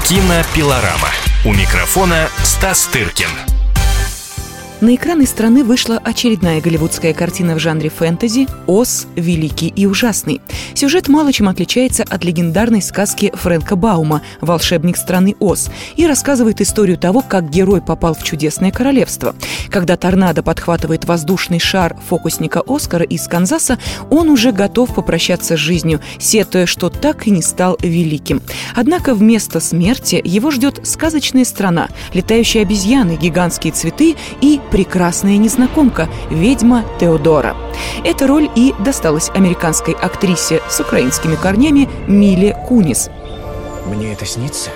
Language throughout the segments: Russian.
Кинопилорама. У микрофона Стас Тыркин. На экраны страны вышла очередная голливудская картина в жанре фэнтези «Оз. Великий и ужасный». Сюжет мало чем отличается от легендарной сказки Фрэнка Баума «Волшебник страны Оз» и рассказывает историю того, как герой попал в чудесное королевство. Когда торнадо подхватывает воздушный шар фокусника Оскара из Канзаса, он уже готов попрощаться с жизнью, сетуя, что так и не стал великим. Однако вместо смерти его ждет сказочная страна, летающие обезьяны, гигантские цветы и прекрасная незнакомка, ведьма Теодора. Эта роль и досталась американской актрисе с украинскими корнями Миле Кунис. Мне это снится?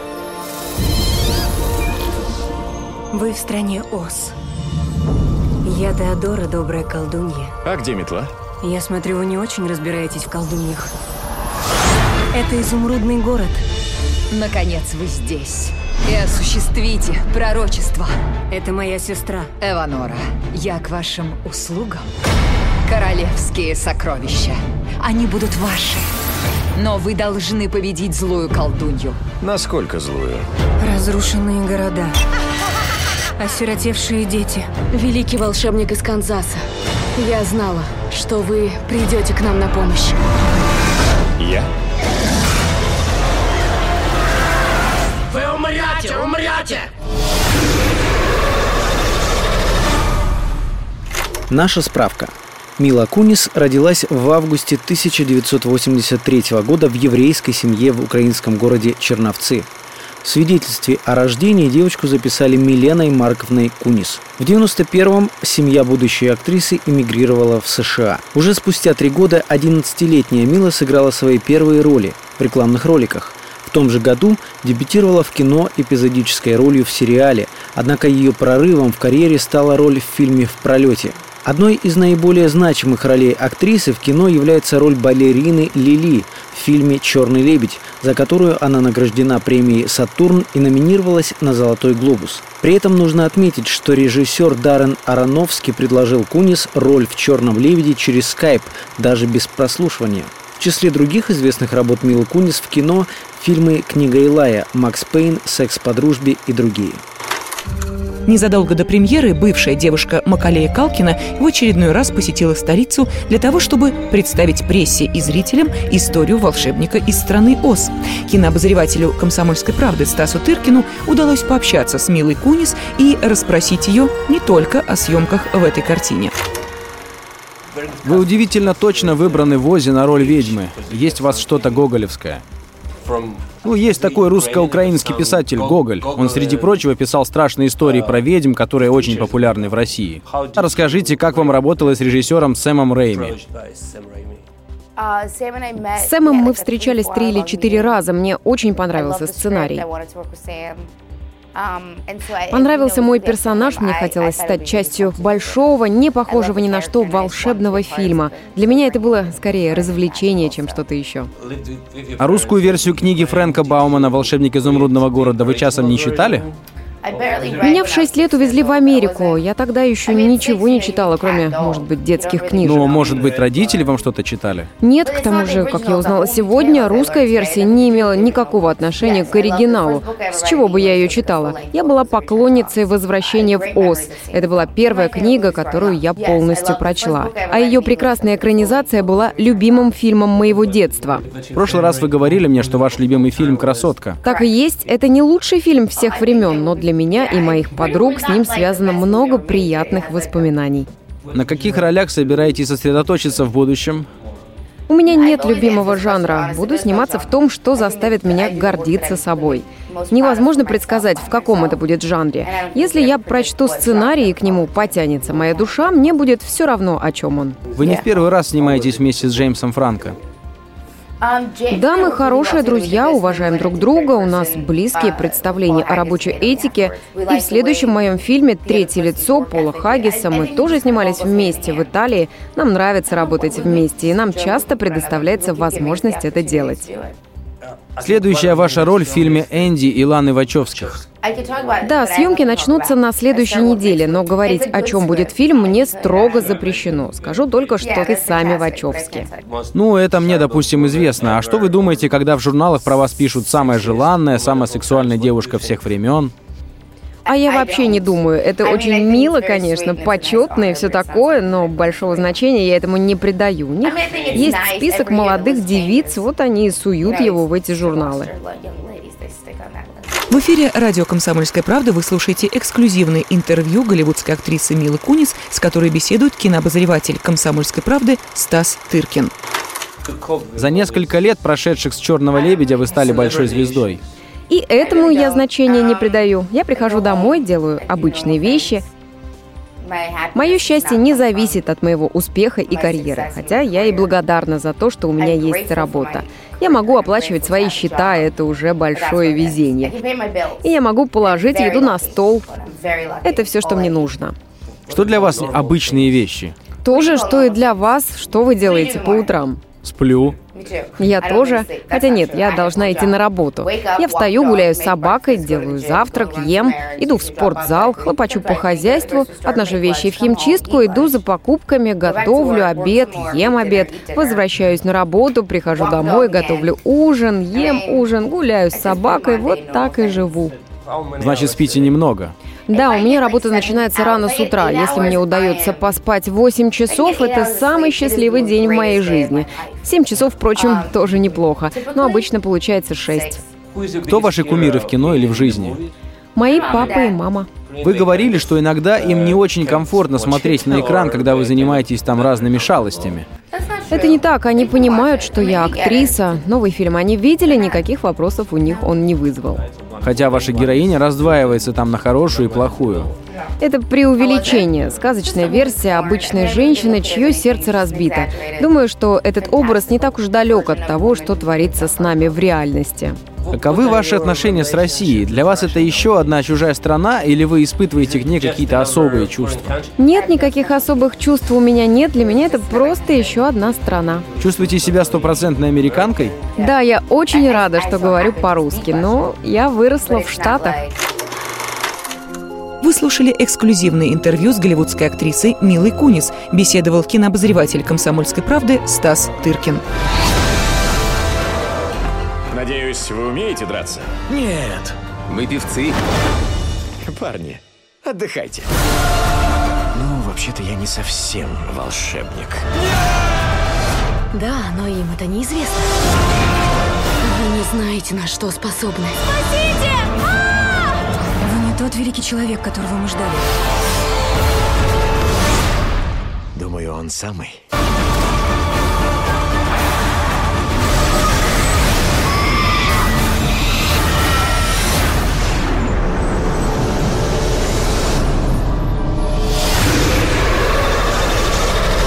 Вы в стране Оз. Я Теодора, добрая колдунья. А где метла? Я смотрю, вы не очень разбираетесь в колдуньях. Это изумрудный город. Наконец вы здесь. И осуществите пророчество. Это моя сестра. Эванора, я к вашим услугам. Королевские сокровища. Они будут ваши. Но вы должны победить злую колдунью. Насколько злую? Разрушенные города. Осиротевшие дети. Великий волшебник из Канзаса. Я знала, что вы придете к нам на помощь. Я? Вы умрете! Наша справка. Мила Кунис родилась в августе 1983 года в еврейской семье в украинском городе Черновцы. В свидетельстве о рождении девочку записали Миленой Марковной Кунис. В 1991-м семья будущей актрисы эмигрировала в США. Уже спустя 3 года 11-летняя Мила сыграла свои первые роли в рекламных роликах. В том же году дебютировала в кино эпизодической ролью в сериале, однако ее прорывом в карьере стала роль в фильме «В пролете». Одной из наиболее значимых ролей актрисы в кино является роль балерины Лили в фильме «Черный лебедь», за которую она награждена премией «Сатурн» и номинировалась на «Золотой глобус». При этом нужно отметить, что режиссер Даррен Аронофски предложил Кунис роль в «Черном лебеде» через скайп, даже без прослушивания. В числе других известных работ Милы Кунис в кино фильмы «Книга Илая», «Макс Пейн», «Секс по дружбе» и другие. Незадолго до премьеры бывшая девушка Макалея Калкина в очередной раз посетила столицу для того, чтобы представить прессе и зрителям историю волшебника из страны Оз. Кинообозревателю «Комсомольской правды» Стасу Тыркину удалось пообщаться с Милой Кунис и расспросить ее не только о съемках в этой картине. Вы удивительно точно выбраны в Озе на роль ведьмы. Есть у вас что-то гоголевское. Есть такой русско-украинский писатель Гоголь. Он, среди прочего, писал страшные истории про ведьм, которые очень популярны в России. Расскажите, как вам работалось с режиссером Сэмом Рэйми? С Сэмом мы встречались 3 или 4 раза. Мне очень понравился сценарий. Понравился мой персонаж, мне хотелось стать частью большого, не похожего ни на что волшебного фильма. Для меня это было скорее развлечение, чем что-то еще. А русскую версию книги Фрэнка Баумана «Волшебник изумрудного города» вы часом не читали? Меня в 6 лет увезли в Америку. Я тогда еще ничего не читала, кроме, может быть, детских книжек. Ну, может быть, родители вам что-то читали? Нет, к тому же, как я узнала сегодня, русская версия не имела никакого отношения к оригиналу. С чего бы я ее читала? Я была поклонницей «Возвращения в Оз». Это была первая книга, которую я полностью прочла. А ее прекрасная экранизация была любимым фильмом моего детства. В прошлый раз вы говорили мне, что ваш любимый фильм «Красотка». Так и есть. Это не лучший фильм всех времен, но для меня и моих подруг с ним связано много приятных воспоминаний. На каких ролях собираетесь сосредоточиться в будущем? У меня нет любимого жанра. Буду сниматься в том, что заставит меня гордиться собой. Невозможно предсказать, в каком это будет жанре. Если я прочту сценарий и к нему потянется моя душа, мне будет все равно, о чем он. Вы не в первый раз снимаетесь вместе с Джеймсом Франко. Да, мы хорошие друзья, уважаем друг друга, у нас близкие представления о рабочей этике. И в следующем моем фильме «Третье лицо» Пола Хаггиса мы тоже снимались вместе в Италии. Нам нравится работать вместе, и нам часто предоставляется возможность это делать. Следующая ваша роль в фильме «Энди» и Ланы Вачовских. Да, съемки начнутся на следующей неделе, но говорить, о чем будет фильм, мне строго запрещено. Скажу только, что ты сами Вачовски. Ну, это мне, допустим, известно. А что вы думаете, когда в журналах про вас пишут «самая желанная», «самая сексуальная девушка всех времен»? А я вообще не думаю. Это очень мило, конечно, почетно и все такое, но большого значения я этому не придаю. У них есть список молодых девиц, вот они и суют его в эти журналы. В эфире радио «Комсомольская правда» вы слушаете эксклюзивное интервью голливудской актрисы Милы Кунис, с которой беседует кинообозреватель «Комсомольской правды» Стас Тыркин. За несколько лет, прошедших с «Черного лебедя», вы стали большой звездой. И этому я значения не придаю. Я прихожу домой, делаю обычные вещи. Мое счастье не зависит от моего успеха и карьеры, хотя я и благодарна за то, что у меня есть работа. Я могу оплачивать свои счета, это уже большое везение. И я могу положить еду на стол. Это все, что мне нужно. Что для вас обычные вещи? То же, что и для вас. Что вы делаете по утрам? Сплю. Я тоже. Хотя нет, я должна идти на работу. Я встаю, гуляю с собакой, делаю завтрак, ем, иду в спортзал, хлопочу по хозяйству, отношу вещи в химчистку, иду за покупками, готовлю обед, ем обед, возвращаюсь на работу, прихожу домой, готовлю ужин, ем ужин, гуляю с собакой, вот так и живу. Значит, спите немного. Да, у меня работа начинается рано с утра. Если мне удается поспать 8 часов, это самый счастливый день в моей жизни. 7 часов, впрочем, тоже неплохо, но обычно получается 6. Кто ваши кумиры в кино или в жизни? Мои папа и мама. Вы говорили, что иногда им не очень комфортно смотреть на экран, когда вы занимаетесь там разными шалостями. Это не так, они понимают, что я актриса. Новый фильм они видели, никаких вопросов у них он не вызвал. Хотя ваша героиня раздваивается там на хорошую и плохую. Это преувеличение, сказочная версия обычной женщины, чье сердце разбито. Думаю, что этот образ не так уж далек от того, что творится с нами в реальности. Каковы ваши отношения с Россией? Для вас это еще одна чужая страна, или вы испытываете к ней какие-то особые чувства? Нет, никаких особых чувств у меня нет. Для меня это просто еще одна страна. Чувствуете себя стопроцентной американкой? Да, я очень рада, что говорю по-русски, но я выросла в Штатах. Вы слушали эксклюзивное интервью с голливудской актрисой Милой Кунис. Беседовал кинообозреватель «Комсомольской правды» Стас Тыркин. Надеюсь, вы умеете драться? Нет, мы певцы. Парни, отдыхайте. Ну, вообще-то я не совсем волшебник. Да, но им это неизвестно. Вы не знаете, на что способны. Спасите! Вы не тот великий человек, которого мы ждали. Думаю, он самый.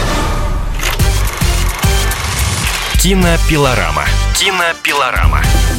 Кинопилорама. Кинопилорама.